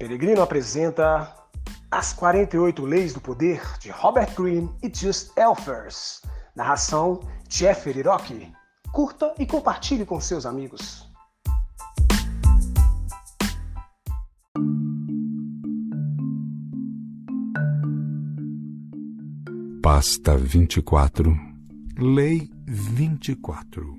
Peregrino apresenta As 48 Leis do Poder, de Robert Greene e Just Elfers. Narração, Jeffrey Rock. Curta e compartilhe com seus amigos. Pasta 24, Lei 24.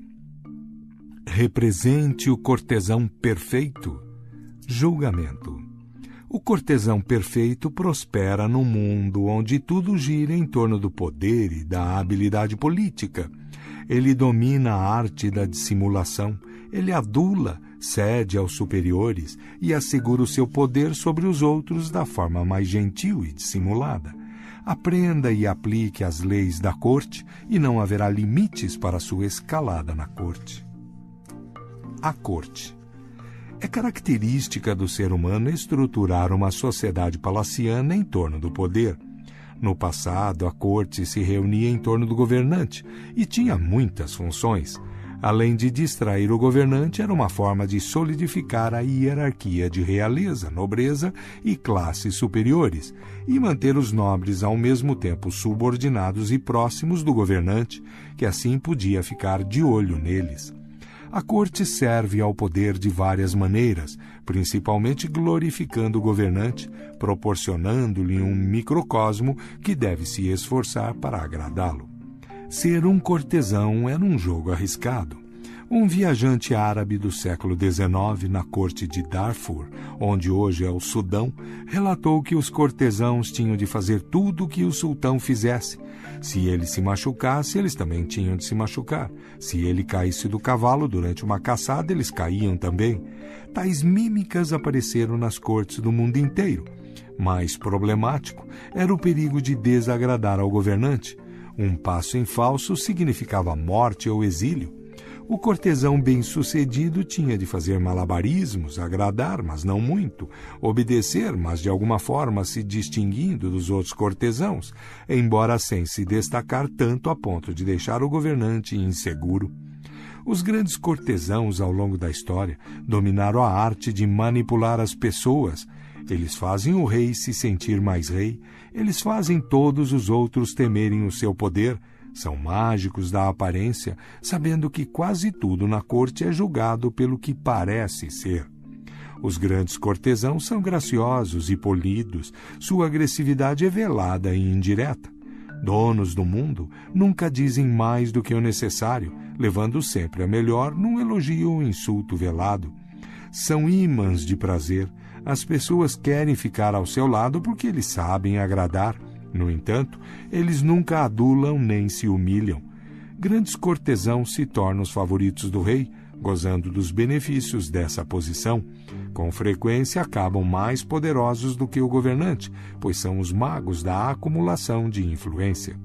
Represente o cortesão perfeito. Julgamento. O cortesão perfeito prospera num mundo onde tudo gira em torno do poder e da habilidade política. Ele domina a arte da dissimulação, ele adula, cede aos superiores e assegura o seu poder sobre os outros da forma mais gentil e dissimulada. Aprenda e aplique as leis da corte e não haverá limites para sua escalada na corte. A corte. É característica do ser humano estruturar uma sociedade palaciana em torno do poder. No passado, a corte se reunia em torno do governante e tinha muitas funções. Além de distrair o governante, era uma forma de solidificar a hierarquia de realeza, nobreza e classes superiores, e manter os nobres ao mesmo tempo subordinados e próximos do governante, que assim podia ficar de olho neles. A corte serve ao poder de várias maneiras, principalmente glorificando o governante, proporcionando-lhe um microcosmo que deve se esforçar para agradá-lo. Ser um cortesão era um jogo arriscado. Um viajante árabe do século XIX, na corte de Darfur, onde hoje é o Sudão, relatou que os cortesãos tinham de fazer tudo o que o sultão fizesse. Se ele se machucasse, eles também tinham de se machucar. Se ele caísse do cavalo durante uma caçada, eles caíam também. Tais mímicas apareceram nas cortes do mundo inteiro. Mais problemático era o perigo de desagradar ao governante. Um passo em falso significava morte ou exílio. O cortesão bem-sucedido tinha de fazer malabarismos, agradar, mas não muito, obedecer, mas de alguma forma se distinguindo dos outros cortesãos, embora sem se destacar tanto a ponto de deixar o governante inseguro. Os grandes cortesãos ao longo da história dominaram a arte de manipular as pessoas. Eles fazem o rei se sentir mais rei, eles fazem todos os outros temerem o seu poder. São mágicos da aparência, sabendo que quase tudo na corte é julgado pelo que parece ser. Os grandes cortesãos são graciosos e polidos, sua agressividade é velada e indireta. Donos do mundo nunca dizem mais do que o necessário, levando sempre a melhor num elogio ou insulto velado. São ímãs de prazer, as pessoas querem ficar ao seu lado porque eles sabem agradar. No entanto, eles nunca adulam nem se humilham. Grandes cortesãos se tornam os favoritos do rei, gozando dos benefícios dessa posição. Com frequência acabam mais poderosos do que o governante, pois são os magos da acumulação de influência.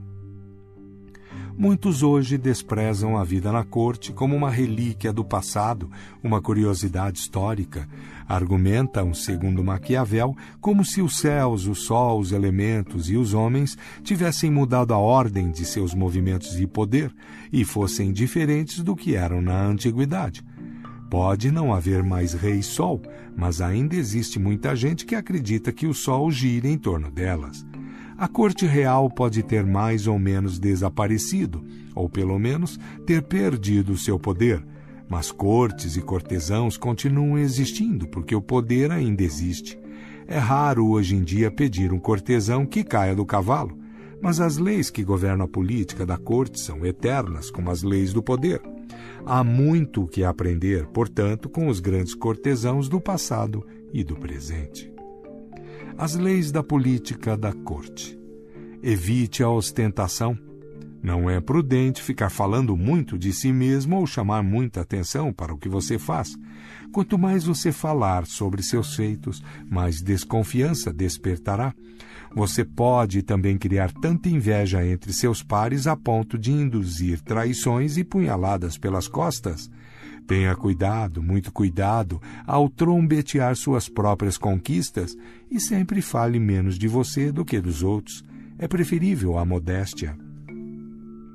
Muitos hoje desprezam a vida na corte como uma relíquia do passado, uma curiosidade histórica. Argumentam, segundo Maquiavel, como se os céus, o sol, os elementos e os homens tivessem mudado a ordem de seus movimentos de poder e fossem diferentes do que eram na antiguidade. Pode não haver mais rei sol, mas ainda existe muita gente que acredita que o sol gira em torno delas. A corte real pode ter mais ou menos desaparecido, ou pelo menos ter perdido seu poder, mas cortes e cortesãos continuam existindo porque o poder ainda existe. É raro hoje em dia pedir um cortesão que caia do cavalo, mas as leis que governam a política da corte são eternas, como as leis do poder. Há muito o que aprender, portanto, com os grandes cortesãos do passado e do presente. As leis da política da corte. Evite a ostentação. Não é prudente ficar falando muito de si mesmo ou chamar muita atenção para o que você faz. Quanto mais você falar sobre seus feitos, mais desconfiança despertará. Você pode também criar tanta inveja entre seus pares a ponto de induzir traições e punhaladas pelas costas. Tenha cuidado, muito cuidado, ao trombetear suas próprias conquistas e sempre fale menos de você do que dos outros. É preferível a modéstia.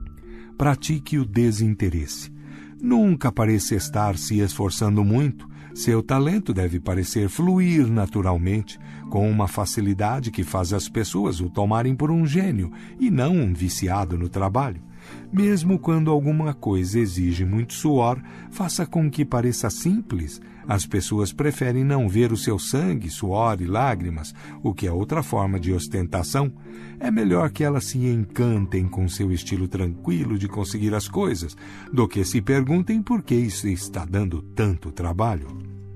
Pratique o desinteresse. Nunca pareça estar se esforçando muito. Seu talento deve parecer fluir naturalmente, com uma facilidade que faz as pessoas o tomarem por um gênio e não um viciado no trabalho. Mesmo quando alguma coisa exige muito suor, faça com que pareça simples. As pessoas preferem não ver o seu sangue, suor e lágrimas, o que é outra forma de ostentação. É melhor que elas se encantem com seu estilo tranquilo de conseguir as coisas, do que se perguntem por que isso está dando tanto trabalho.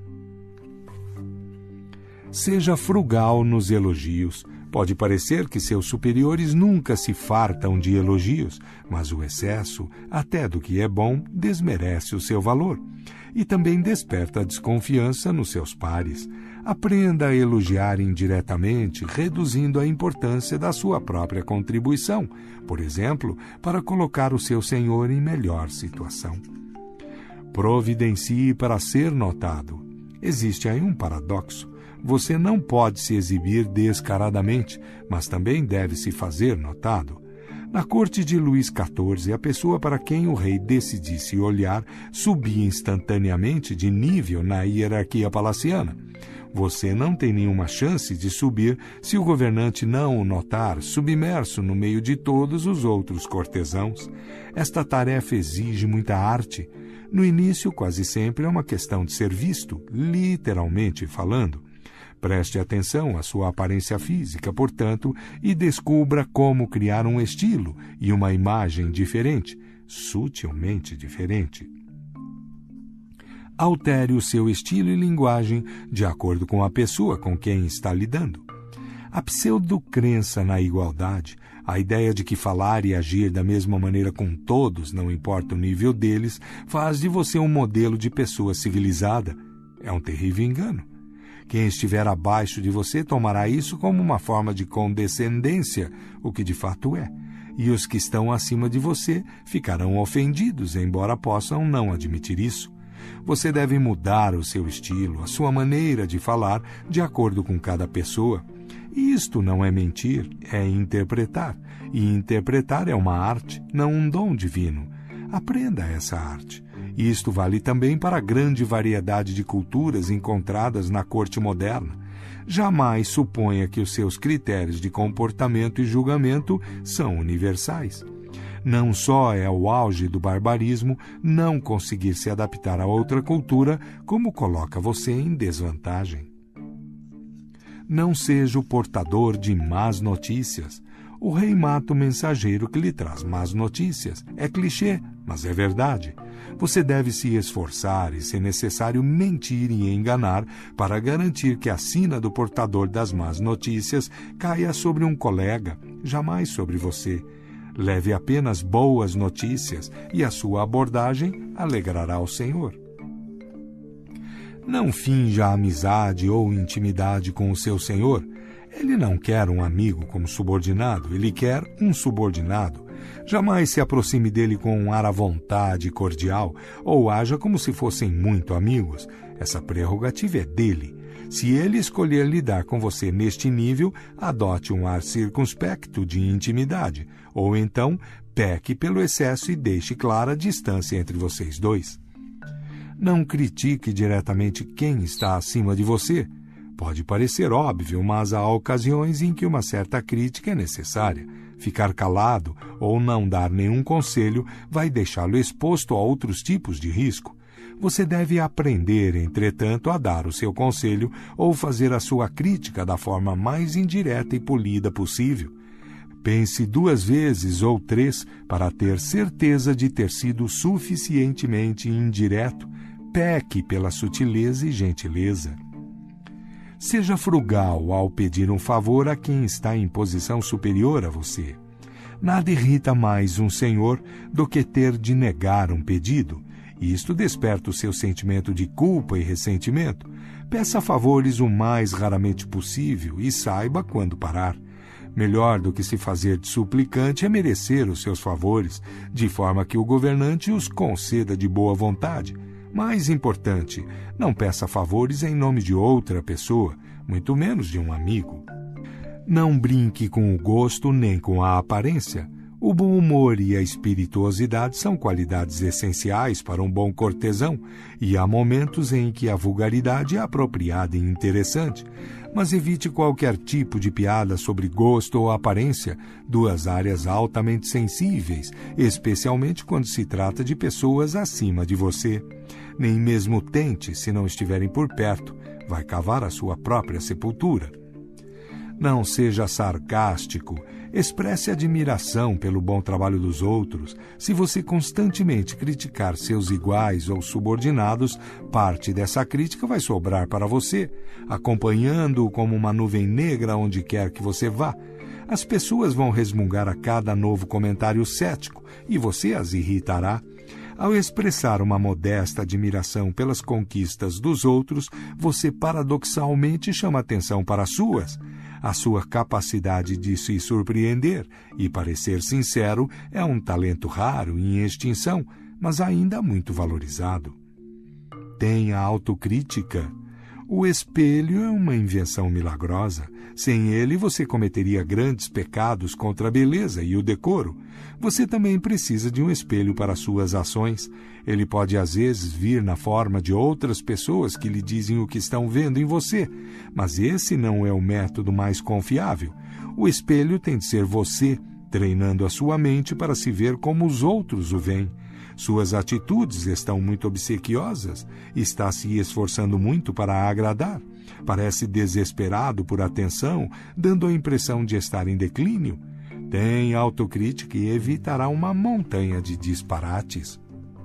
Seja frugal nos elogios. Pode parecer que seus superiores nunca se fartam de elogios, mas o excesso, até do que é bom, desmerece o seu valor. E também desperta desconfiança nos seus pares. Aprenda a elogiar indiretamente, reduzindo a importância da sua própria contribuição, por exemplo, para colocar o seu senhor em melhor situação. Providencie para ser notado. Existe aí um paradoxo. Você não pode se exibir descaradamente, mas também deve se fazer notado. Na corte de Luís XIV, a pessoa para quem o rei decidisse olhar subia instantaneamente de nível na hierarquia palaciana. Você não tem nenhuma chance de subir se o governante não o notar, submerso no meio de todos os outros cortesãos. Esta tarefa exige muita arte. No início, quase sempre é uma questão de ser visto, literalmente falando. Preste atenção à sua aparência física, portanto, e descubra como criar um estilo e uma imagem diferente, sutilmente diferente. Altere o seu estilo e linguagem de acordo com a pessoa com quem está lidando. A pseudo-crença na igualdade, a ideia de que falar e agir da mesma maneira com todos, não importa o nível deles, faz de você um modelo de pessoa civilizada. É um terrível engano. Quem estiver abaixo de você tomará isso como uma forma de condescendência, o que de fato é. E os que estão acima de você ficarão ofendidos, embora possam não admitir isso. Você deve mudar o seu estilo, a sua maneira de falar, de acordo com cada pessoa. E isto não é mentir, é interpretar. E interpretar é uma arte, não um dom divino. Aprenda essa arte. E isto vale também para a grande variedade de culturas encontradas na corte moderna. Jamais suponha que os seus critérios de comportamento e julgamento são universais. Não só é o auge do barbarismo não conseguir se adaptar a outra cultura, como coloca você em desvantagem. Não seja o portador de más notícias. O rei mata o mensageiro que lhe traz más notícias. É clichê, mas é verdade. Você deve se esforçar e, se necessário, mentir e enganar para garantir que a sina do portador das más notícias caia sobre um colega, jamais sobre você. Leve apenas boas notícias e a sua abordagem alegrará o Senhor. Não finja amizade ou intimidade com o seu Senhor. Ele não quer um amigo como subordinado, ele quer um subordinado. Jamais se aproxime dele com um ar à vontade e cordial, ou haja como se fossem muito amigos. Essa prerrogativa é dele. Se ele escolher lidar com você neste nível, adote um ar circunspecto de intimidade, ou então peque pelo excesso e deixe clara a distância entre vocês dois. Não critique diretamente quem está acima de você. Pode parecer óbvio, mas há ocasiões em que uma certa crítica é necessária. Ficar calado ou não dar nenhum conselho vai deixá-lo exposto a outros tipos de risco. Você deve aprender, entretanto, a dar o seu conselho ou fazer a sua crítica da forma mais indireta e polida possível. Pense 2 vezes ou 3 para ter certeza de ter sido suficientemente indireto. Peque pela sutileza e gentileza. Seja frugal ao pedir um favor a quem está em posição superior a você. Nada irrita mais um senhor do que ter de negar um pedido. Isto desperta o seu sentimento de culpa e ressentimento. Peça favores o mais raramente possível e saiba quando parar. Melhor do que se fazer de suplicante é merecer os seus favores, de forma que o governante os conceda de boa vontade. Mais importante, não peça favores em nome de outra pessoa, muito menos de um amigo. Não brinque com o gosto nem com a aparência. O bom humor e a espirituosidade são qualidades essenciais para um bom cortesão, e há momentos em que a vulgaridade é apropriada e interessante, mas evite qualquer tipo de piada sobre gosto ou aparência, duas áreas altamente sensíveis, especialmente quando se trata de pessoas acima de você. Nem mesmo tente se não estiverem por perto, vai cavar a sua própria sepultura. Não seja sarcástico. Expresse admiração pelo bom trabalho dos outros. Se você constantemente criticar seus iguais ou subordinados, parte dessa crítica vai sobrar para você, acompanhando-o como uma nuvem negra onde quer que você vá. As pessoas vão resmungar a cada novo comentário cético e você as irritará. Ao expressar uma modesta admiração pelas conquistas dos outros, você paradoxalmente chama atenção para as suas. A sua capacidade de se surpreender e parecer sincero é um talento raro e em extinção, mas ainda muito valorizado. Tenha autocrítica. O espelho é uma invenção milagrosa. Sem ele, você cometeria grandes pecados contra a beleza e o decoro. Você também precisa de um espelho para suas ações. Ele pode, às vezes, vir na forma de outras pessoas que lhe dizem o que estão vendo em você, mas esse não é o método mais confiável. O espelho tem de ser você, treinando a sua mente para se ver como os outros o veem. Suas atitudes estão muito obsequiosas, está se esforçando muito para agradar. Parece desesperado por atenção, dando a impressão de estar em declínio. Tem autocrítica e evitará uma montanha de disparates.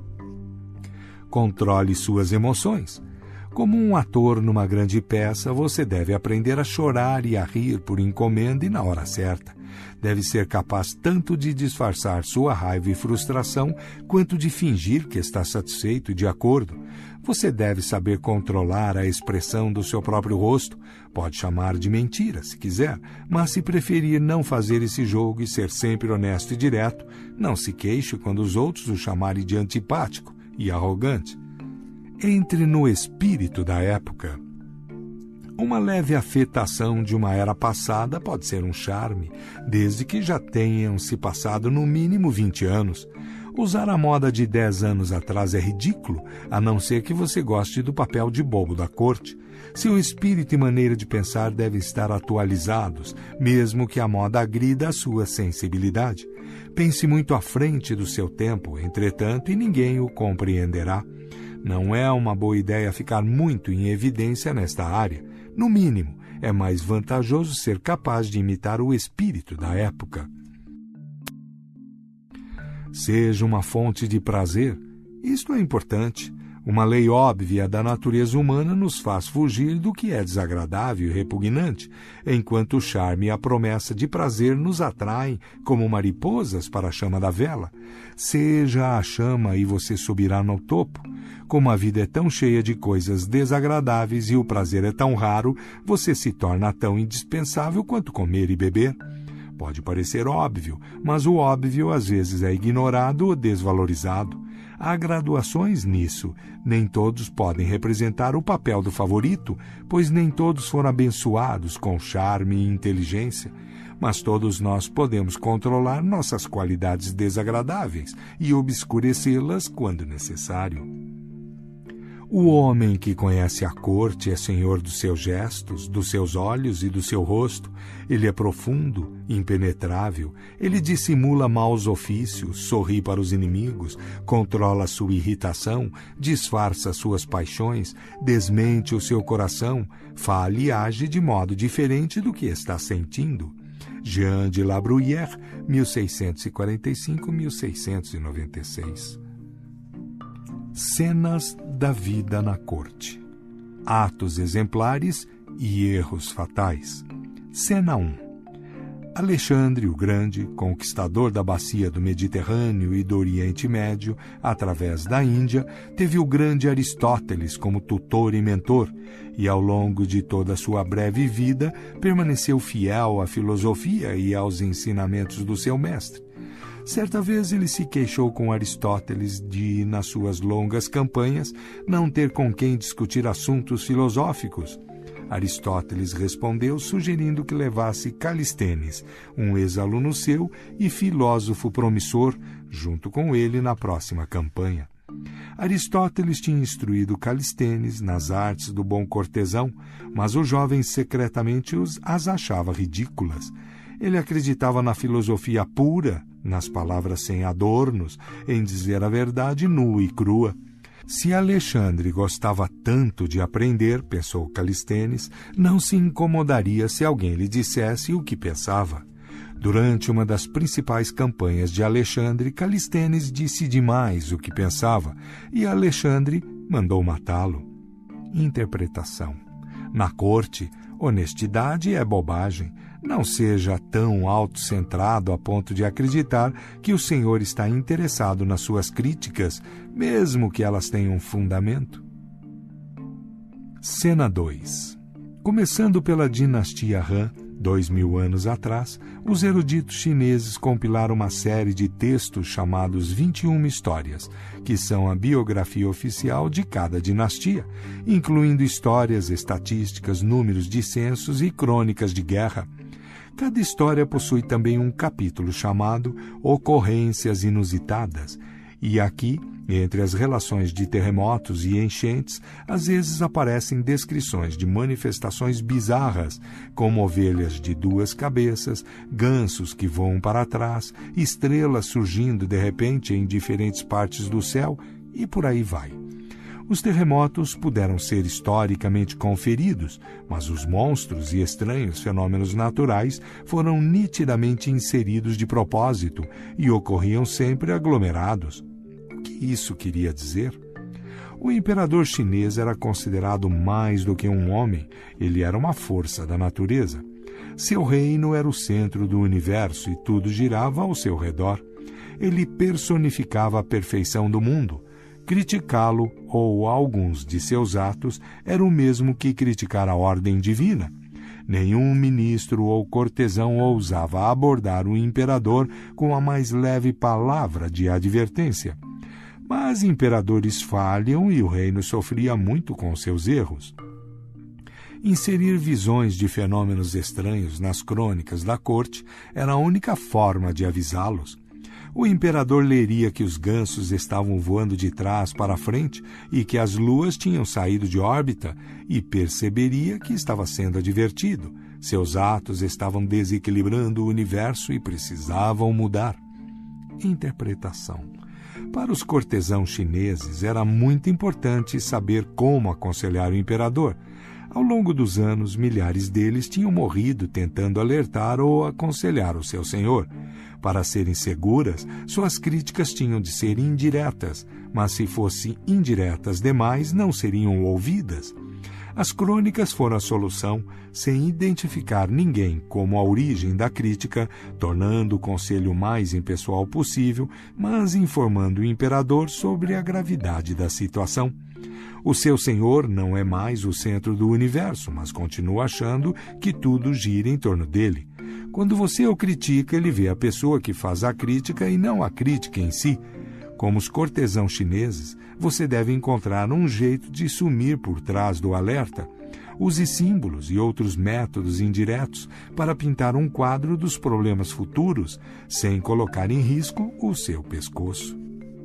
Controle suas emoções. Como um ator numa grande peça, você deve aprender a chorar e a rir por encomenda e na hora certa. Deve ser capaz tanto de disfarçar sua raiva e frustração, quanto de fingir que está satisfeito e de acordo. Você deve saber controlar a expressão do seu próprio rosto. Pode chamar de mentira, se quiser, mas se preferir não fazer esse jogo e ser sempre honesto e direto, não se queixe quando os outros o chamarem de antipático e arrogante. Entre no espírito da época. Uma leve afetação de uma era passada pode ser um charme, desde que já tenham se passado no mínimo 20 anos. Usar a moda de 10 anos atrás é ridículo, a não ser que você goste do papel de bobo da corte. Seu espírito e maneira de pensar devem estar atualizados, mesmo que a moda agrida a sua sensibilidade. Pense muito à frente do seu tempo, entretanto, e ninguém o compreenderá. Não é uma boa ideia ficar muito em evidência nesta área. No mínimo, é mais vantajoso ser capaz de imitar o espírito da época. Seja uma fonte de prazer. Isto é importante. Uma lei óbvia da natureza humana nos faz fugir do que é desagradável e repugnante, enquanto o charme e a promessa de prazer nos atraem como mariposas para a chama da vela. Seja a chama e você subirá no topo. Como a vida é tão cheia de coisas desagradáveis e o prazer é tão raro, você se torna tão indispensável quanto comer e beber. Pode parecer óbvio, mas o óbvio às vezes é ignorado ou desvalorizado. Há graduações nisso. Nem todos podem representar o papel do favorito, pois nem todos foram abençoados com charme e inteligência. Mas todos nós podemos controlar nossas qualidades desagradáveis e obscurecê-las quando necessário. O homem que conhece a corte é senhor dos seus gestos, dos seus olhos e do seu rosto. Ele é profundo, impenetrável. Ele dissimula maus ofícios, sorri para os inimigos, controla sua irritação, disfarça suas paixões, desmente o seu coração, fala e age de modo diferente do que está sentindo. Jean de La Bruyère, 1645-1696. Cenas da vida na corte. Atos exemplares e erros fatais. Cena 1. Alexandre o Grande, conquistador da bacia do Mediterrâneo e do Oriente Médio, através da Índia, teve o grande Aristóteles como tutor e mentor, e ao longo de toda a sua breve vida permaneceu fiel à filosofia e aos ensinamentos do seu mestre. Certa vez ele se queixou com Aristóteles de, nas suas longas campanhas, não ter com quem discutir assuntos filosóficos. Aristóteles respondeu sugerindo que levasse Calistênes, um ex-aluno seu e filósofo promissor, junto com ele na próxima campanha. Aristóteles tinha instruído Calistênes nas artes do bom cortesão, mas o jovem secretamente as achava ridículas. Ele acreditava na filosofia pura, nas palavras sem adornos, em dizer a verdade nua e crua. Se Alexandre gostava tanto de aprender, pensou Calistênes, não se incomodaria se alguém lhe dissesse o que pensava. Durante uma das principais campanhas de Alexandre, Calistênes disse demais o que pensava e Alexandre mandou matá-lo. Interpretação. Na corte, honestidade é bobagem. Não seja tão autocentrado a ponto de acreditar que o Senhor está interessado nas suas críticas, mesmo que elas tenham fundamento. Cena 2. Começando pela dinastia Han, 2000 anos atrás, os eruditos chineses compilaram uma série de textos chamados 21 Histórias, que são a biografia oficial de cada dinastia, incluindo histórias, estatísticas, números de censos e crônicas de guerra. Cada história possui também um capítulo chamado Ocorrências Inusitadas, e aqui, entre as relações de terremotos e enchentes, às vezes aparecem descrições de manifestações bizarras, como ovelhas de 2 cabeças, gansos que voam para trás, estrelas surgindo de repente em diferentes partes do céu, e por aí vai. Os terremotos puderam ser historicamente conferidos, mas os monstros e estranhos fenômenos naturais foram nitidamente inseridos de propósito e ocorriam sempre aglomerados. O que isso queria dizer? O imperador chinês era considerado mais do que um homem, ele era uma força da natureza. Seu reino era o centro do universo e tudo girava ao seu redor. Ele personificava a perfeição do mundo. Criticá-lo ou alguns de seus atos era o mesmo que criticar a ordem divina. Nenhum ministro ou cortesão ousava abordar o imperador com a mais leve palavra de advertência. Mas imperadores falham e o reino sofria muito com seus erros. Inserir visões de fenômenos estranhos nas crônicas da corte era a única forma de avisá-los. O imperador leria que os gansos estavam voando de trás para frente e que as luas tinham saído de órbita e perceberia que estava sendo advertido. Seus atos estavam desequilibrando o universo e precisavam mudar. Interpretação. Para os cortesãos chineses era muito importante saber como aconselhar o imperador. Ao longo dos anos, milhares deles tinham morrido tentando alertar ou aconselhar o seu senhor. Para serem seguras, suas críticas tinham de ser indiretas, mas se fossem indiretas demais, não seriam ouvidas. As crônicas foram a solução, sem identificar ninguém como a origem da crítica, tornando o conselho o mais impessoal possível, mas informando o imperador sobre a gravidade da situação. O seu senhor não é mais o centro do universo, mas continua achando que tudo gira em torno dele. Quando você o critica, ele vê a pessoa que faz a crítica e não a crítica em si. Como os cortesãos chineses, você deve encontrar um jeito de sumir por trás do alerta. Use símbolos e outros métodos indiretos para pintar um quadro dos problemas futuros, sem colocar em risco o seu pescoço.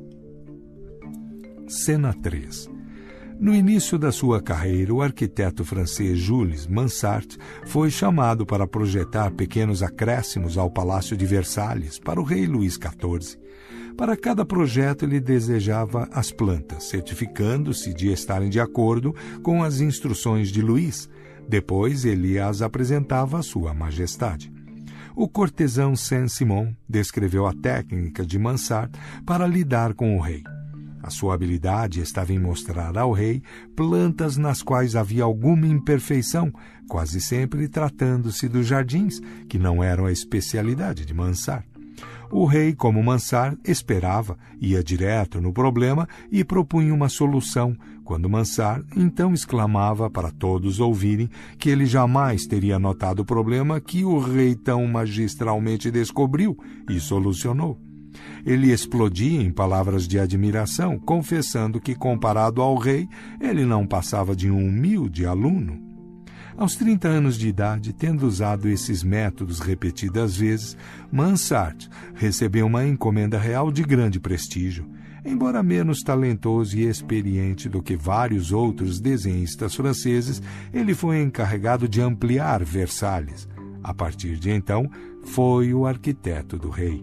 Cena 3. No início da sua carreira, o arquiteto francês Jules Mansart foi chamado para projetar pequenos acréscimos ao Palácio de Versalhes para o rei Luís XIV. Para cada projeto, ele desejava as plantas, certificando-se de estarem de acordo com as instruções de Luís. Depois, ele as apresentava à sua majestade. O cortesão Saint-Simon descreveu a técnica de Mansart para lidar com o rei. A sua habilidade estava em mostrar ao rei plantas nas quais havia alguma imperfeição, quase sempre tratando-se dos jardins, que não eram a especialidade de Mansart. O rei, como Mansart, esperava, ia direto no problema e propunha uma solução, quando Mansart então exclamava para todos ouvirem que ele jamais teria notado o problema que o rei tão magistralmente descobriu e solucionou. Ele explodia em palavras de admiração, confessando que, comparado ao rei, ele não passava de um humilde aluno. Aos 30 anos de idade, tendo usado esses métodos repetidas vezes, Mansart recebeu uma encomenda real de grande prestígio. Embora menos talentoso e experiente do que vários outros desenhistas franceses, ele foi encarregado de ampliar Versalhes. A partir de então, foi o arquiteto do rei.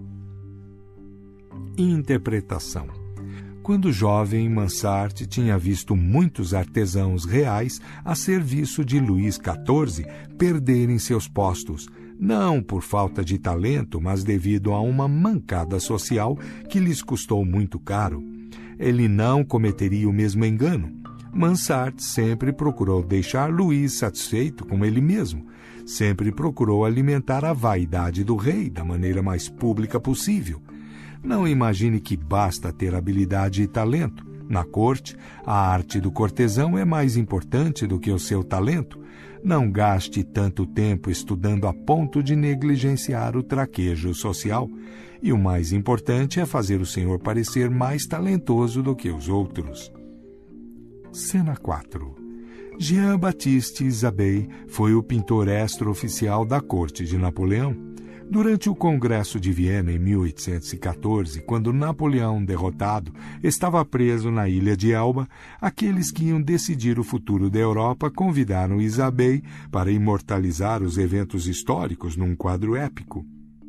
Interpretação. Quando jovem, Mansart tinha visto muitos artesãos reais a serviço de Luís XIV perderem seus postos, não por falta de talento, mas devido a uma mancada social que lhes custou muito caro. Ele não cometeria o mesmo engano. Mansart sempre procurou deixar Luís satisfeito com ele mesmo, sempre procurou alimentar a vaidade do rei da maneira mais pública possível. Não imagine que basta ter habilidade e talento. Na corte, a arte do cortesão é mais importante do que o seu talento. Não gaste tanto tempo estudando a ponto de negligenciar o traquejo social. E o mais importante é fazer o senhor parecer mais talentoso do que os outros. Cena 4. Jean-Baptiste Isabey foi o pintor extra-oficial da corte de Napoleão. Durante o Congresso de Viena, em 1814, quando Napoleão, derrotado, estava preso na ilha de Elba, aqueles que iam decidir o futuro da Europa convidaram Isabey para imortalizar os eventos históricos num quadro épico.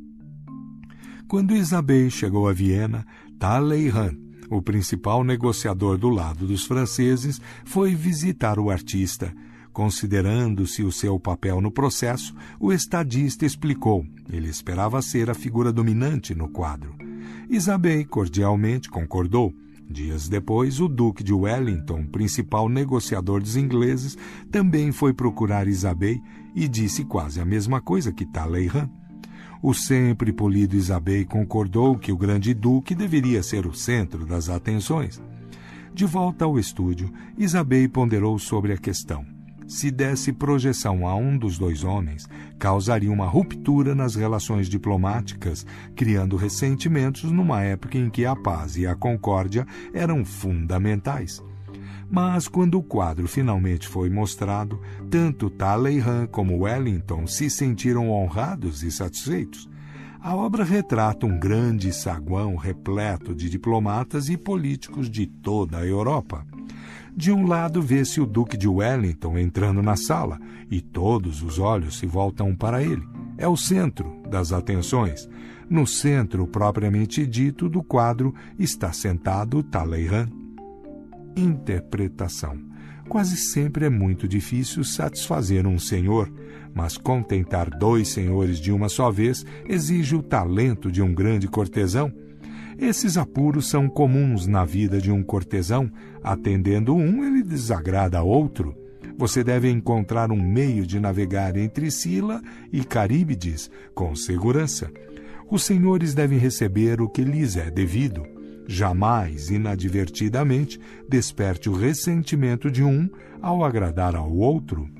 Quando Isabey chegou a Viena, Talleyrand, o principal negociador do lado dos franceses, foi visitar o artista. Considerando-se o seu papel no processo, o estadista explicou. Ele esperava ser a figura dominante no quadro. Isabey cordialmente concordou. Dias depois, o Duque de Wellington, principal negociador dos ingleses, também foi procurar Isabey e disse quase a mesma coisa que Talleyrand. O sempre polido Isabey concordou que o grande duque deveria ser o centro das atenções. De volta ao estúdio, Isabey ponderou sobre a questão. Se desse projeção a um dos dois homens, causaria uma ruptura nas relações diplomáticas, criando ressentimentos numa época em que a paz e a concórdia eram fundamentais. Mas quando o quadro finalmente foi mostrado, tanto Talleyrand como Wellington se sentiram honrados e satisfeitos. A obra retrata um grande saguão repleto de diplomatas e políticos de toda a Europa. De um lado vê-se o Duque de Wellington entrando na sala e todos os olhos se voltam para ele. É o centro das atenções. No centro propriamente dito do quadro está sentado Talleyrand. Interpretação. Quase sempre é muito difícil satisfazer um senhor, mas contentar dois senhores de uma só vez exige o talento de um grande cortesão. Esses apuros são comuns na vida de um cortesão. Atendendo um, ele desagrada outro. Você deve encontrar um meio de navegar entre Sila e Caríbides com segurança. Os senhores devem receber o que lhes é devido. Jamais, inadvertidamente, desperte o ressentimento de um ao agradar ao outro.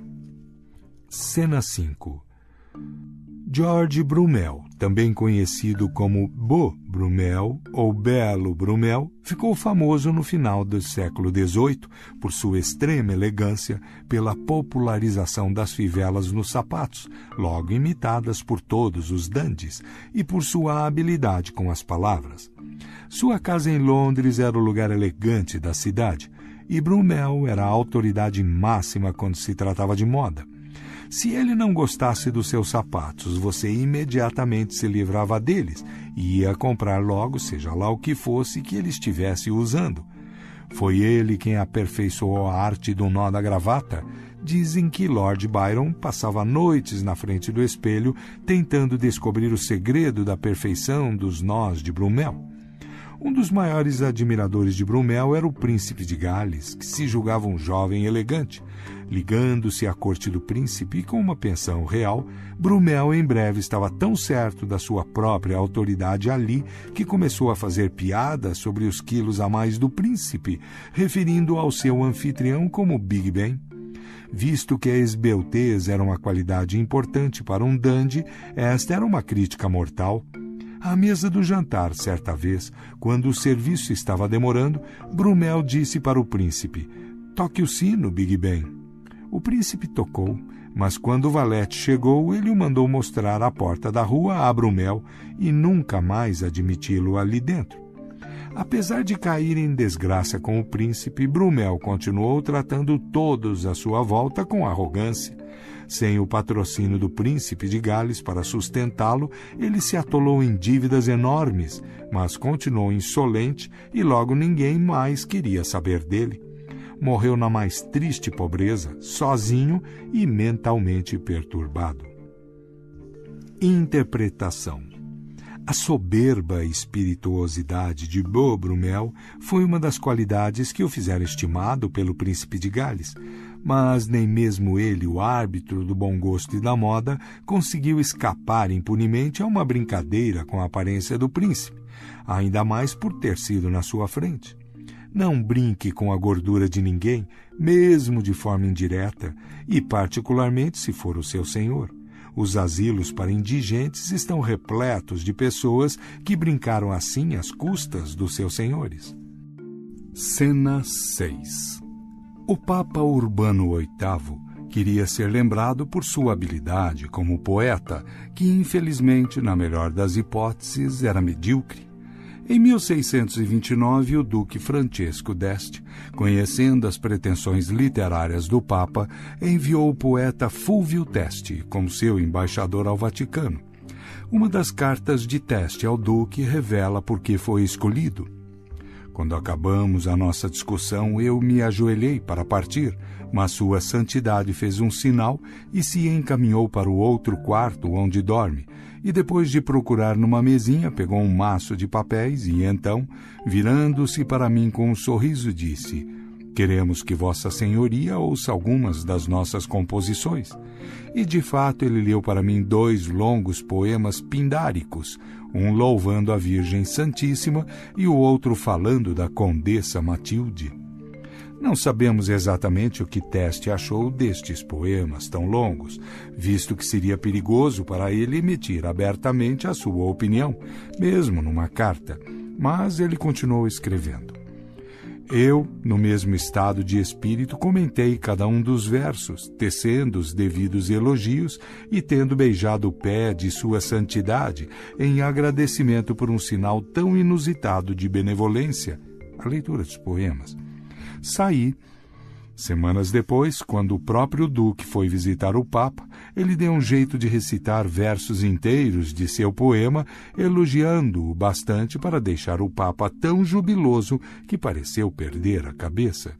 Cena 5. George Brummel, também conhecido como Beau Brummel ou Belo Brummel, ficou famoso no final do século XVIII por sua extrema elegância, pela popularização das fivelas nos sapatos, logo imitadas por todos os dandies, e por sua habilidade com as palavras. Sua casa em Londres era o lugar elegante da cidade, e Brummel era a autoridade máxima quando se tratava de moda. Se ele não gostasse dos seus sapatos, você imediatamente se livrava deles e ia comprar logo, seja lá o que fosse que ele estivesse usando. Foi ele quem aperfeiçoou a arte do nó da gravata. Dizem que Lord Byron passava noites na frente do espelho tentando descobrir o segredo da perfeição dos nós de Brummel. Um dos maiores admiradores de Brummel era o príncipe de Gales, que se julgava um jovem elegante. Ligando-se à corte do príncipe com uma pensão real, Brummel em breve estava tão certo da sua própria autoridade ali que começou a fazer piadas sobre os quilos a mais do príncipe, referindo ao seu anfitrião como Big Ben. Visto que a esbeltez era uma qualidade importante para um dandy, esta era uma crítica mortal. À mesa do jantar, certa vez, quando o serviço estava demorando, Brummel disse para o príncipe: "Toque o sino, Big Ben." O príncipe tocou, mas quando o valete chegou, ele o mandou mostrar a porta da rua a Brumel e nunca mais admiti-lo ali dentro. Apesar de cair em desgraça com o príncipe, Brumel continuou tratando todos à sua volta com arrogância. Sem o patrocínio do príncipe de Gales para sustentá-lo, ele se atolou em dívidas enormes, mas continuou insolente e logo ninguém mais queria saber dele. Morreu na mais triste pobreza, sozinho e mentalmente perturbado. Interpretação. A soberba espirituosidade de Beau Brummel foi uma das qualidades que o fizeram estimado pelo príncipe de Gales, mas nem mesmo ele, o árbitro do bom gosto e da moda, conseguiu escapar impunemente a uma brincadeira com a aparência do príncipe, ainda mais por ter sido na sua frente. Não brinque com a gordura de ninguém, mesmo de forma indireta, e particularmente se for o seu senhor. Os asilos para indigentes estão repletos de pessoas que brincaram assim às custas dos seus senhores. Cena 6. O Papa Urbano VIII queria ser lembrado por sua habilidade como poeta, que infelizmente, na melhor das hipóteses, era medíocre. Em 1629, o duque Francesco d'Este, conhecendo as pretensões literárias do Papa, enviou o poeta Fulvio Teste como seu embaixador ao Vaticano. Uma das cartas de Teste ao duque revela por que foi escolhido. Quando acabamos a nossa discussão, eu me ajoelhei para partir, mas Sua Santidade fez um sinal e se encaminhou para o outro quarto onde dorme, e depois de procurar numa mesinha, pegou um maço de papéis e então, virando-se para mim com um sorriso, disse: "Queremos que Vossa Senhoria ouça algumas das nossas composições." E de fato ele leu para mim 2 longos poemas pindáricos, um louvando a Virgem Santíssima e o outro falando da Condessa Matilde. Não sabemos exatamente o que Teste achou destes poemas tão longos, visto que seria perigoso para ele emitir abertamente a sua opinião, mesmo numa carta, mas ele continuou escrevendo. Eu, no mesmo estado de espírito, comentei cada um dos versos, tecendo os devidos elogios e tendo beijado o pé de Sua Santidade em agradecimento por um sinal tão inusitado de benevolência, a leitura dos poemas. Saí. Semanas depois, quando o próprio Duque foi visitar o Papa, ele deu um jeito de recitar versos inteiros de seu poema, elogiando-o bastante para deixar o Papa tão jubiloso que pareceu perder a cabeça.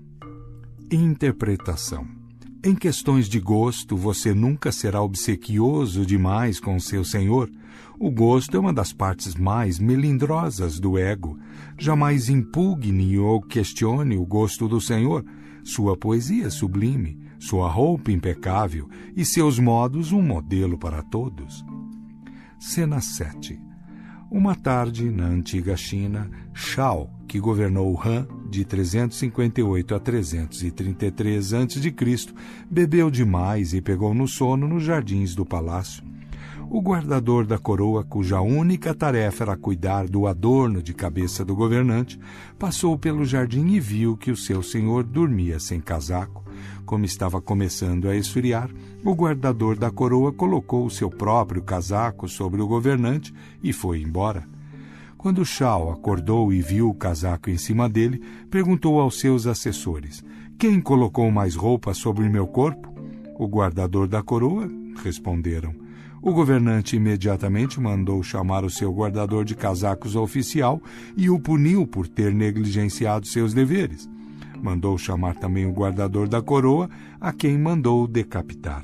Interpretação. Em questões de gosto, você nunca será obsequioso demais com seu senhor. O gosto é uma das partes mais melindrosas do ego. Jamais impugne ou questione o gosto do senhor. Sua poesia é sublime, sua roupa impecável e seus modos um modelo para todos. Cena 7. Uma tarde, na antiga China, Shao, que governou Han de 358 a 333 a.C., bebeu demais e pegou no sono nos jardins do palácio. O guardador da coroa, cuja única tarefa era cuidar do adorno de cabeça do governante, passou pelo jardim e viu que o seu senhor dormia sem casaco. Como estava começando a esfriar, o guardador da coroa colocou o seu próprio casaco sobre o governante e foi embora. Quando Shao acordou e viu o casaco em cima dele, perguntou aos seus assessores: "Quem colocou mais roupa sobre meu corpo?" "O guardador da coroa", responderam. O governante imediatamente mandou chamar o seu guardador de casacos oficial e o puniu por ter negligenciado seus deveres. Mandou chamar também o guardador da coroa, a quem mandou decapitar.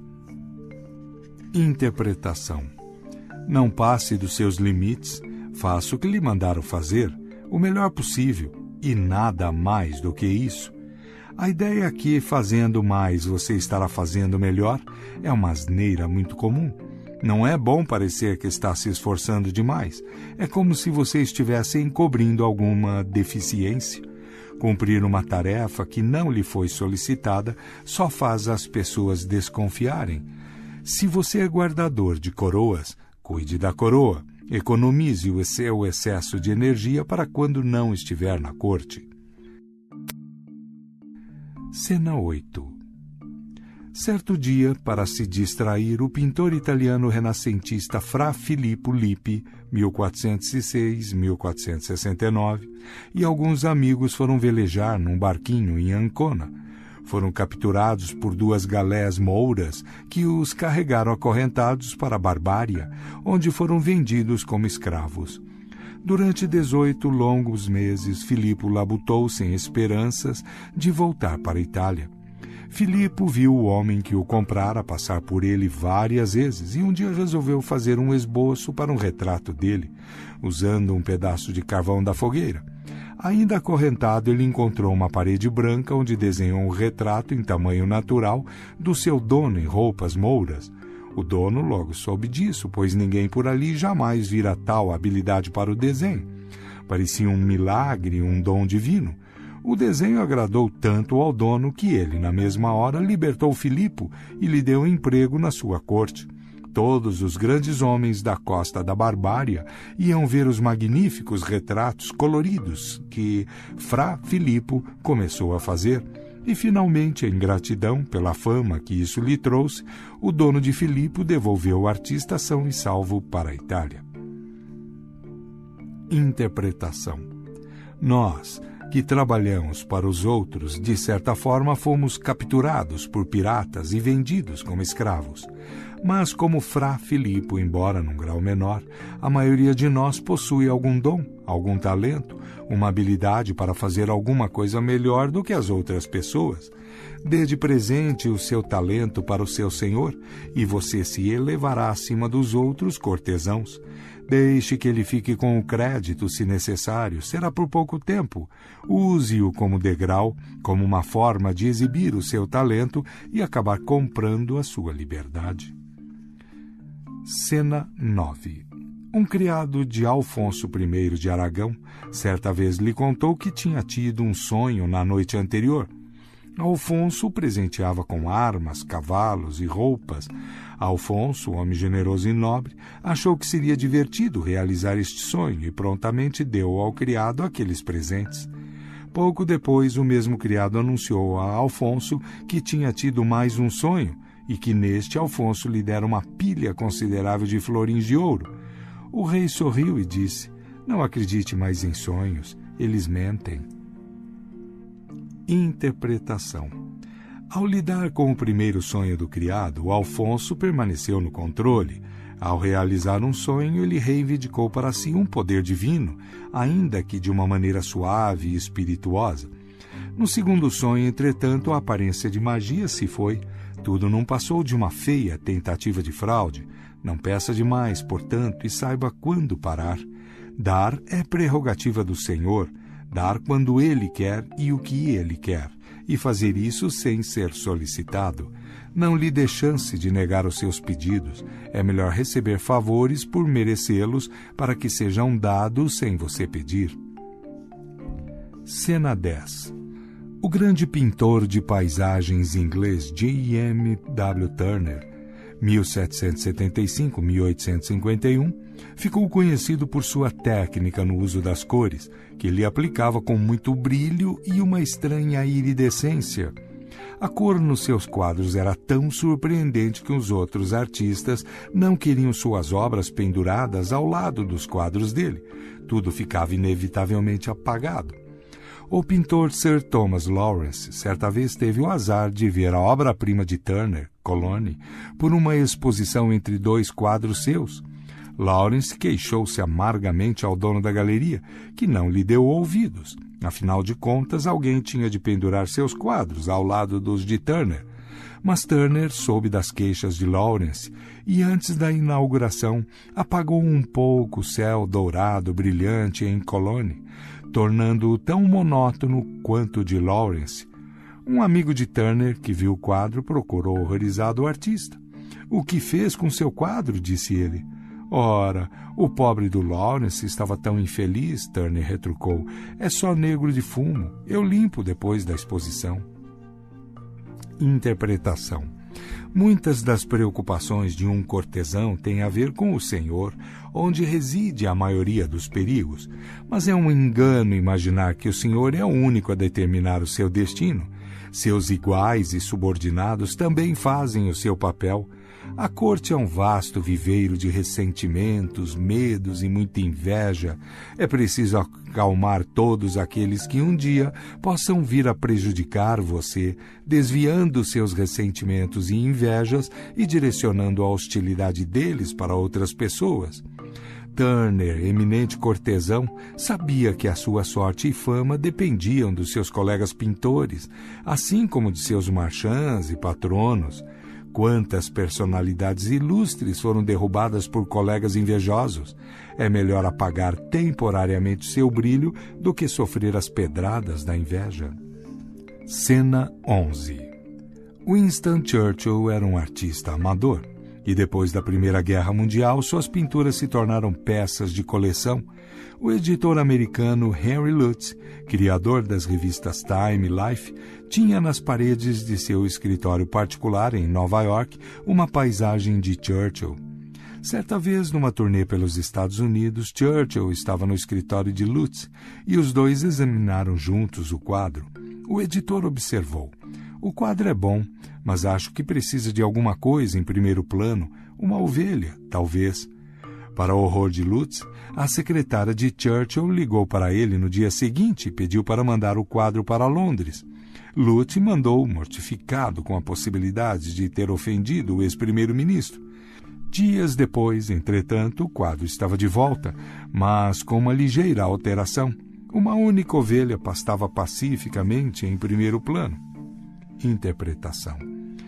Interpretação. Não passe dos seus limites, faça o que lhe mandaram fazer, o melhor possível, e nada mais do que isso. A ideia é que, fazendo mais, você estará fazendo melhor, é uma asneira muito comum. Não é bom parecer que está se esforçando demais. É como se você estivesse encobrindo alguma deficiência. Cumprir uma tarefa que não lhe foi solicitada só faz as pessoas desconfiarem. Se você é guardador de coroas, cuide da coroa. Economize o seu excesso de energia para quando não estiver na corte. Cena 8. Certo dia, para se distrair, o pintor italiano renascentista Fra Filippo Lippi, 1406-1469, e alguns amigos foram velejar num barquinho em Ancona. Foram capturados por 2 galés mouras que os carregaram acorrentados para a Barbária, onde foram vendidos como escravos. Durante 18 longos meses, Filippo labutou sem esperanças de voltar para a Itália. Filippo viu o homem que o comprara passar por ele várias vezes e um dia resolveu fazer um esboço para um retrato dele, usando um pedaço de carvão da fogueira. Ainda acorrentado, ele encontrou uma parede branca onde desenhou um retrato em tamanho natural do seu dono em roupas mouras. O dono logo soube disso, pois ninguém por ali jamais vira tal habilidade para o desenho. Parecia um milagre, um dom divino. O desenho agradou tanto ao dono que ele, na mesma hora, libertou Filippo e lhe deu emprego na sua corte. Todos os grandes homens da costa da Barbária iam ver os magníficos retratos coloridos que Fra Filippo começou a fazer. E, finalmente, em gratidão pela fama que isso lhe trouxe, o dono de Filippo devolveu o artista são e salvo para a Itália. Interpretação. Nós, que trabalhamos para os outros, de certa forma fomos capturados por piratas e vendidos como escravos. Mas, como Fra Filippo, embora num grau menor, a maioria de nós possui algum dom, algum talento, uma habilidade para fazer alguma coisa melhor do que as outras pessoas. Dê de presente o seu talento para o seu senhor, e você se elevará acima dos outros cortesãos. Deixe que ele fique com o crédito, se necessário, será por pouco tempo. Use-o como degrau, como uma forma de exibir o seu talento e acabar comprando a sua liberdade. Cena 9. Um criado de Alfonso I de Aragão, certa vez lhe contou que tinha tido um sonho na noite anterior. Alfonso o presenteava com armas, cavalos e roupas. Alfonso, homem generoso e nobre, achou que seria divertido realizar este sonho e prontamente deu ao criado aqueles presentes. Pouco depois, o mesmo criado anunciou a Alfonso que tinha tido mais um sonho e que neste Alfonso lhe dera uma pilha considerável de florins de ouro. O rei sorriu e disse: "Não acredite mais em sonhos, eles mentem." Interpretação. Ao lidar com o primeiro sonho do criado, o Alfonso permaneceu no controle. Ao realizar um sonho, ele reivindicou para si um poder divino, ainda que de uma maneira suave e espirituosa. No segundo sonho, entretanto, a aparência de magia se foi. Tudo não passou de uma feia tentativa de fraude. Não peça demais, portanto, e saiba quando parar. Dar é prerrogativa do Senhor. Dar quando Ele quer e o que Ele quer, e fazer isso sem ser solicitado. Não lhe dê chance de negar os seus pedidos. É melhor receber favores por merecê-los para que sejam dados sem você pedir. Cena 10. O grande pintor de paisagens inglês J.M.W. Turner, 1775-1851, ficou conhecido por sua técnica no uso das cores, que ele aplicava com muito brilho e uma estranha iridescência. A cor nos seus quadros era tão surpreendente que os outros artistas não queriam suas obras penduradas ao lado dos quadros dele. Tudo ficava inevitavelmente apagado. O pintor Sir Thomas Lawrence certa vez teve o azar de ver a obra-prima de Turner, Colony, por uma exposição entre dois quadros seus. Lawrence queixou-se amargamente ao dono da galeria, que não lhe deu ouvidos. Afinal de contas, alguém tinha de pendurar seus quadros ao lado dos de Turner. Mas Turner soube das queixas de Lawrence e, antes da inauguração, apagou um pouco o céu dourado brilhante em Colony, tornando-o tão monótono quanto o de Lawrence. Um amigo de Turner, que viu o quadro, procurou horrorizado o artista. "O que fez com seu quadro?" disse ele. "Ora, o pobre do Lawrence estava tão infeliz", Turner retrucou. "É só negro de fumo. Eu limpo depois da exposição." Interpretação. Muitas das preocupações de um cortesão têm a ver com o senhor, onde reside a maioria dos perigos. Mas é um engano imaginar que o senhor é o único a determinar o seu destino. Seus iguais e subordinados também fazem o seu papel. A corte é um vasto viveiro de ressentimentos, medos e muita inveja. É preciso acalmar todos aqueles que um dia possam vir a prejudicar você, desviando seus ressentimentos e invejas e direcionando a hostilidade deles para outras pessoas. Turner, eminente cortesão, sabia que a sua sorte e fama dependiam dos seus colegas pintores, assim como de seus marchands e patronos. Quantas personalidades ilustres foram derrubadas por colegas invejosos. É melhor apagar temporariamente seu brilho do que sofrer as pedradas da inveja. Cena 11. Winston Churchill era um artista amador, e depois da Primeira Guerra Mundial suas pinturas se tornaram peças de coleção. O editor americano Henry Lutz, criador das revistas Time e Life, tinha nas paredes de seu escritório particular em Nova York uma paisagem de Churchill. Certa vez, numa turnê pelos Estados Unidos, Churchill estava no escritório de Lutz e os dois examinaram juntos o quadro. O editor observou: "O quadro é bom, mas acho que precisa de alguma coisa em primeiro plano, uma ovelha, talvez." Para o horror de Lutz, a secretária de Churchill ligou para ele no dia seguinte e pediu para mandar o quadro para Londres. Lutz mandou, mortificado com a possibilidade de ter ofendido o ex-primeiro-ministro. Dias depois, entretanto, o quadro estava de volta, mas com uma ligeira alteração. Uma única ovelha pastava pacificamente em primeiro plano. Interpretação.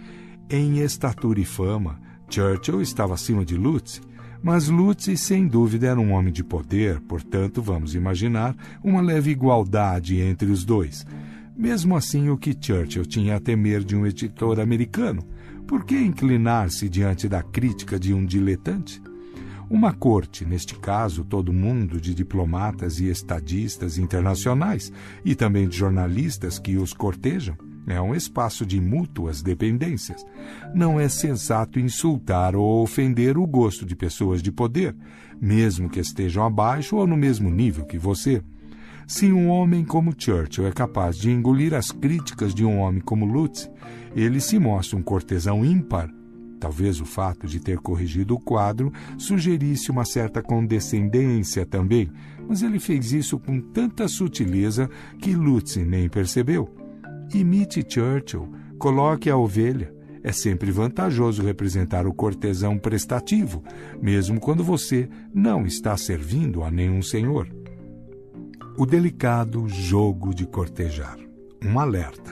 Em estatura e fama, Churchill estava acima de Lutz, mas Lutz, sem dúvida, era um homem de poder, portanto, vamos imaginar uma leve igualdade entre os dois. Mesmo assim, o que Churchill tinha a temer de um editor americano? Por que inclinar-se diante da crítica de um diletante? Uma corte, neste caso, todo mundo de diplomatas e estadistas internacionais, e também de jornalistas que os cortejam, é um espaço de mútuas dependências. Não é sensato insultar ou ofender o gosto de pessoas de poder, mesmo que estejam abaixo ou no mesmo nível que você. Se um homem como Churchill é capaz de engolir as críticas de um homem como Lutz, ele se mostra um cortesão ímpar. Talvez o fato de ter corrigido o quadro sugerisse uma certa condescendência também, mas ele fez isso com tanta sutileza que Lutz nem percebeu. Imite Churchill, coloque a ovelha. É sempre vantajoso representar o cortesão prestativo, mesmo quando você não está servindo a nenhum senhor. O delicado jogo de cortejar. Um alerta.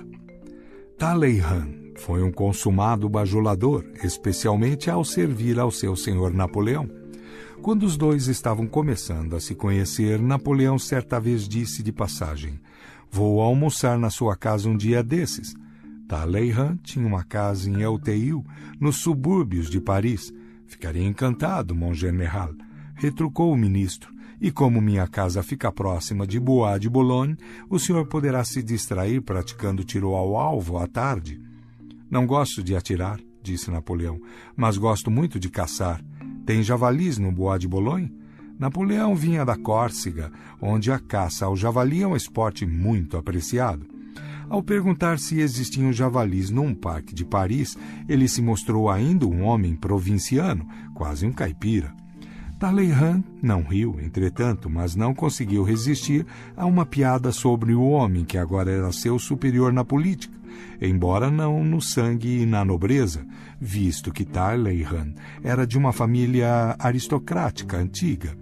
Talleyrand foi um consumado bajulador, especialmente ao servir ao seu senhor Napoleão. Quando os dois estavam começando a se conhecer, Napoleão certa vez disse de passagem: "Vou almoçar na sua casa um dia desses." Talleyrand tinha uma casa em Auteuil, nos subúrbios de Paris. "Ficaria encantado, mon général", retrucou o ministro. "E como minha casa fica próxima de Bois de Boulogne, o senhor poderá se distrair praticando tiro ao alvo à tarde." "Não gosto de atirar", disse Napoleão, "mas gosto muito de caçar. Tem javalis no Bois de Boulogne?" Napoleão vinha da Córcega, onde a caça ao javali é um esporte muito apreciado. Ao perguntar se existiam javalis num parque de Paris, ele se mostrou ainda um homem provinciano, quase um caipira. Talleyrand não riu, entretanto, mas não conseguiu resistir a uma piada sobre o homem que agora era seu superior na política, embora não no sangue e na nobreza, visto que Talleyrand era de uma família aristocrática antiga.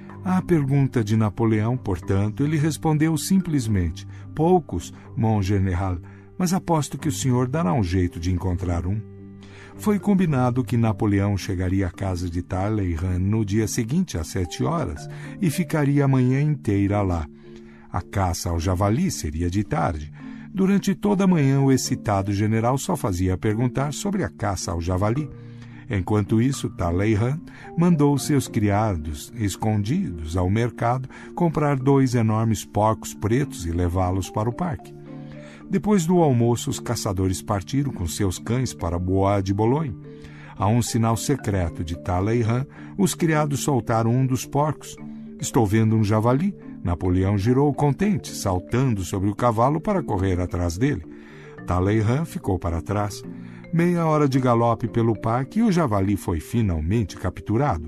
À pergunta de Napoleão, portanto, ele respondeu simplesmente: "Poucos, mon général, mas aposto que o senhor dará um jeito de encontrar um." Foi combinado que Napoleão chegaria à casa de Talleyrand no dia seguinte às 7 horas e ficaria a manhã inteira lá. A caça ao javali seria de tarde. Durante toda a manhã, o excitado general só fazia perguntar sobre a caça ao javali. Enquanto isso, Talleyrand mandou seus criados, escondidos ao mercado, comprar 2 enormes porcos pretos e levá-los para o parque. Depois do almoço, os caçadores partiram com seus cães para Bois de Boulogne. A um sinal secreto de Talleyrand, os criados soltaram um dos porcos. "Estou vendo um javali." Napoleão girou contente, saltando sobre o cavalo para correr atrás dele. Talleyrand ficou para trás. Meia hora de galope pelo parque e o javali foi finalmente capturado.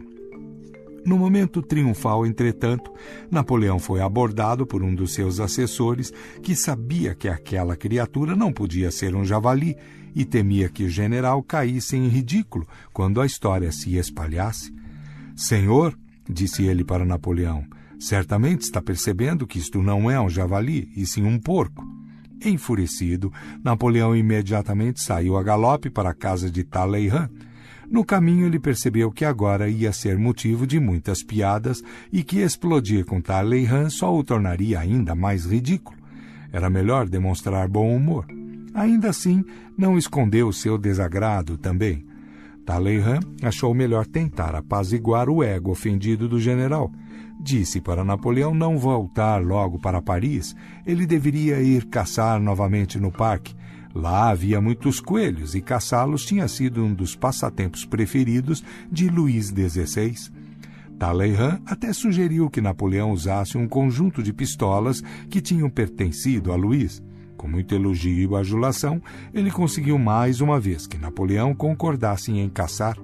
No momento triunfal, entretanto, Napoleão foi abordado por um dos seus assessores, que sabia que aquela criatura não podia ser um javali e temia que o general caísse em ridículo quando a história se espalhasse. "Senhor", disse ele para Napoleão, "certamente está percebendo que isto não é um javali, e sim um porco." Enfurecido, Napoleão imediatamente saiu a galope para a casa de Talleyrand. No caminho, ele percebeu que agora ia ser motivo de muitas piadas e que explodir com Talleyrand só o tornaria ainda mais ridículo. Era melhor demonstrar bom humor. Ainda assim, não escondeu seu desagrado também. Talleyrand achou melhor tentar apaziguar o ego ofendido do general. Disse para Napoleão não voltar logo para Paris. Ele deveria ir caçar novamente no parque. Lá havia muitos coelhos e caçá-los tinha sido um dos passatempos preferidos de Luís XVI. Talleyrand até sugeriu que Napoleão usasse um conjunto de pistolas que tinham pertencido a Luís. Com muito elogio e bajulação, ele conseguiu mais uma vez que Napoleão concordasse em caçar.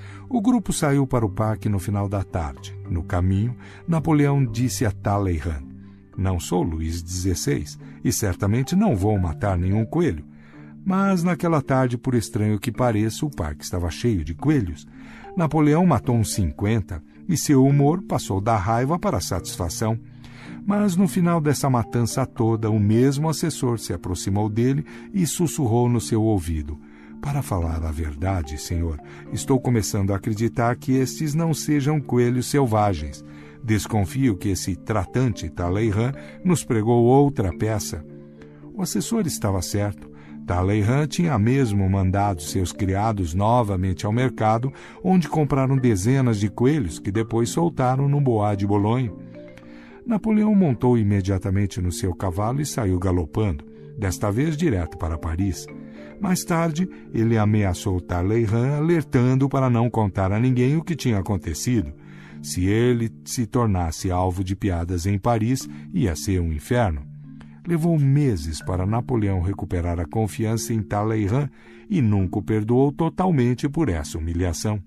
O grupo saiu para o parque no final da tarde. No caminho, Napoleão disse a Talleyrand: "Não sou Luís XVI e certamente não vou matar nenhum coelho." Mas naquela tarde, por estranho que pareça, o parque estava cheio de coelhos. Napoleão matou uns 50 e seu humor passou da raiva para a satisfação. Mas no final dessa matança toda, o mesmo assessor se aproximou dele e sussurrou no seu ouvido: "Para falar a verdade, senhor, estou começando a acreditar que estes não sejam coelhos selvagens. Desconfio que esse tratante Talleyrand nos pregou outra peça." O assessor estava certo. Talleyrand tinha mesmo mandado seus criados novamente ao mercado, onde compraram dezenas de coelhos que depois soltaram no Bois de Boulogne. Napoleão montou imediatamente no seu cavalo e saiu galopando, desta vez direto para Paris. Mais tarde, ele ameaçou Talleyrand, alertando para não contar a ninguém o que tinha acontecido. Se ele se tornasse alvo de piadas em Paris, ia ser um inferno. Levou meses para Napoleão recuperar a confiança em Talleyrand e nunca o perdoou totalmente por essa humilhação.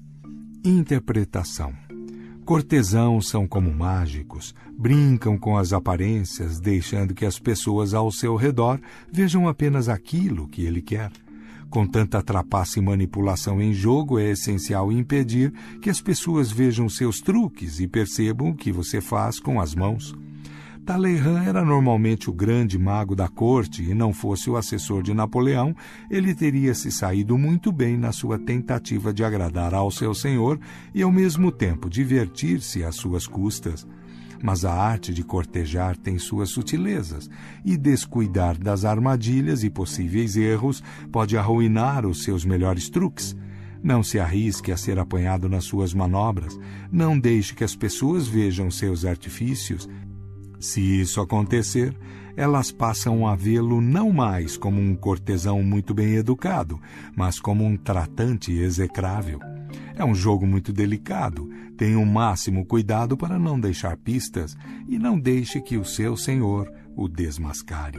Interpretação. Cortesãos são como mágicos, brincam com as aparências, deixando que as pessoas ao seu redor vejam apenas aquilo que ele quer. Com tanta trapaça e manipulação em jogo, é essencial impedir que as pessoas vejam seus truques e percebam o que você faz com as mãos. Talleyrand era normalmente o grande mago da corte e não fosse o assessor de Napoleão, ele teria se saído muito bem na sua tentativa de agradar ao seu senhor e ao mesmo tempo divertir-se às suas custas. Mas a arte de cortejar tem suas sutilezas, e descuidar das armadilhas e possíveis erros pode arruinar os seus melhores truques. Não se arrisque a ser apanhado nas suas manobras, não deixe que as pessoas vejam seus artifícios. Se isso acontecer, elas passam a vê-lo não mais como um cortesão muito bem educado, mas como um tratante execrável. É um jogo muito delicado. Tenha o máximo cuidado para não deixar pistas e não deixe que o seu senhor o desmascare.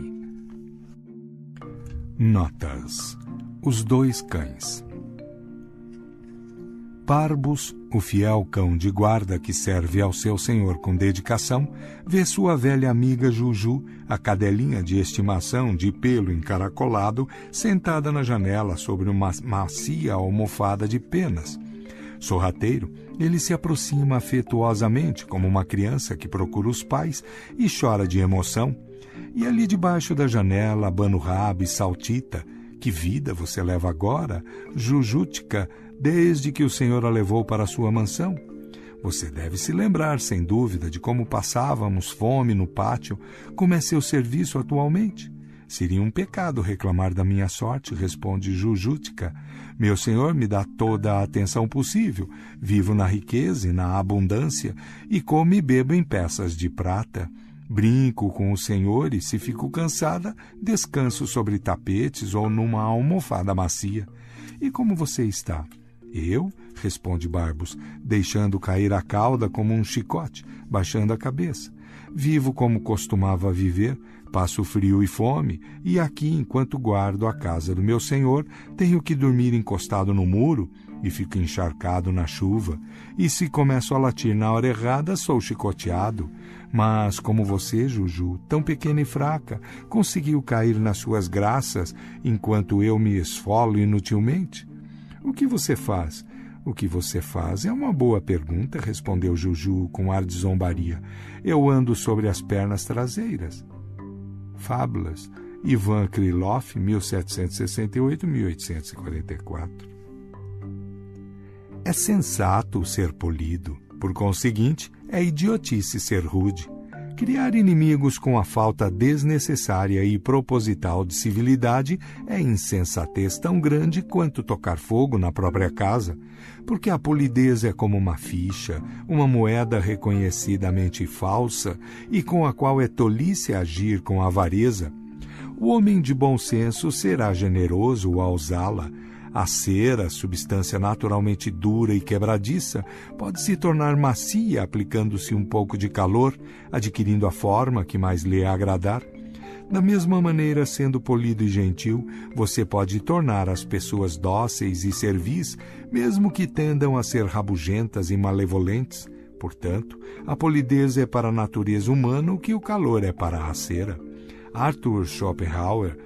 Notas. Os dois cães. Barbus, o fiel cão de guarda que serve ao seu senhor com dedicação, vê sua velha amiga Juju, a cadelinha de estimação de pelo encaracolado, sentada na janela sobre uma macia almofada de penas. Sorrateiro, ele se aproxima afetuosamente como uma criança que procura os pais e chora de emoção. E ali debaixo da janela abana o rabo e saltita: "Que vida você leva agora, Jujútica, desde que o senhor a levou para sua mansão? Você deve se lembrar, sem dúvida, de como passávamos fome no pátio. Como é seu serviço atualmente?" "Seria um pecado reclamar da minha sorte", responde Jujútica. "Meu senhor me dá toda a atenção possível. Vivo na riqueza e na abundância e como e bebo em peças de prata. Brinco com o senhor e, se fico cansada, descanso sobre tapetes ou numa almofada macia. E como você está?" "Eu?", responde Barbus, deixando cair a cauda como um chicote, baixando a cabeça. "Vivo como costumava viver, passo frio e fome, e aqui, enquanto guardo a casa do meu senhor, tenho que dormir encostado no muro e fico encharcado na chuva. E se começo a latir na hora errada, sou chicoteado. Mas, como você, Juju, tão pequena e fraca, conseguiu cair nas suas graças enquanto eu me esfolo inutilmente? O que você faz? O que você faz é uma boa pergunta, respondeu Juju com ar de zombaria. Eu ando sobre as pernas traseiras. Fábulas. Ivan Krylov, 1768-1844. É sensato ser polido. Por conseguinte, é idiotice ser rude. Criar inimigos com a falta desnecessária e proposital de civilidade é insensatez tão grande quanto tocar fogo na própria casa, porque a polidez é como uma ficha, uma moeda reconhecidamente falsa e com a qual é tolice agir com avareza. O homem de bom senso será generoso ao usá-la. A cera, substância naturalmente dura e quebradiça, pode se tornar macia aplicando-se um pouco de calor, adquirindo a forma que mais lhe agradar. Da mesma maneira, sendo polido e gentil, você pode tornar as pessoas dóceis e servis, mesmo que tendam a ser rabugentas e malevolentes. Portanto, a polidez é para a natureza humana o que o calor é para a cera. Arthur Schopenhauer,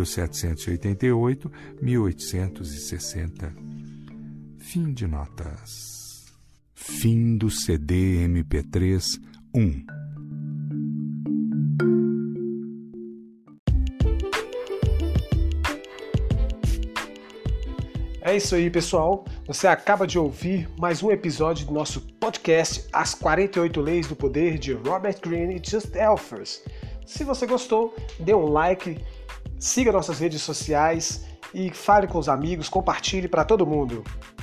1788-1860. Fim de notas. Fim do CD MP3 1. É isso aí, pessoal. Você acaba de ouvir mais um episódio do nosso podcast As 48 Leis do Poder, de Robert Greene e Just Elfers. Se você gostou, dê um like, siga nossas redes sociais e fale com os amigos, compartilhe para todo mundo.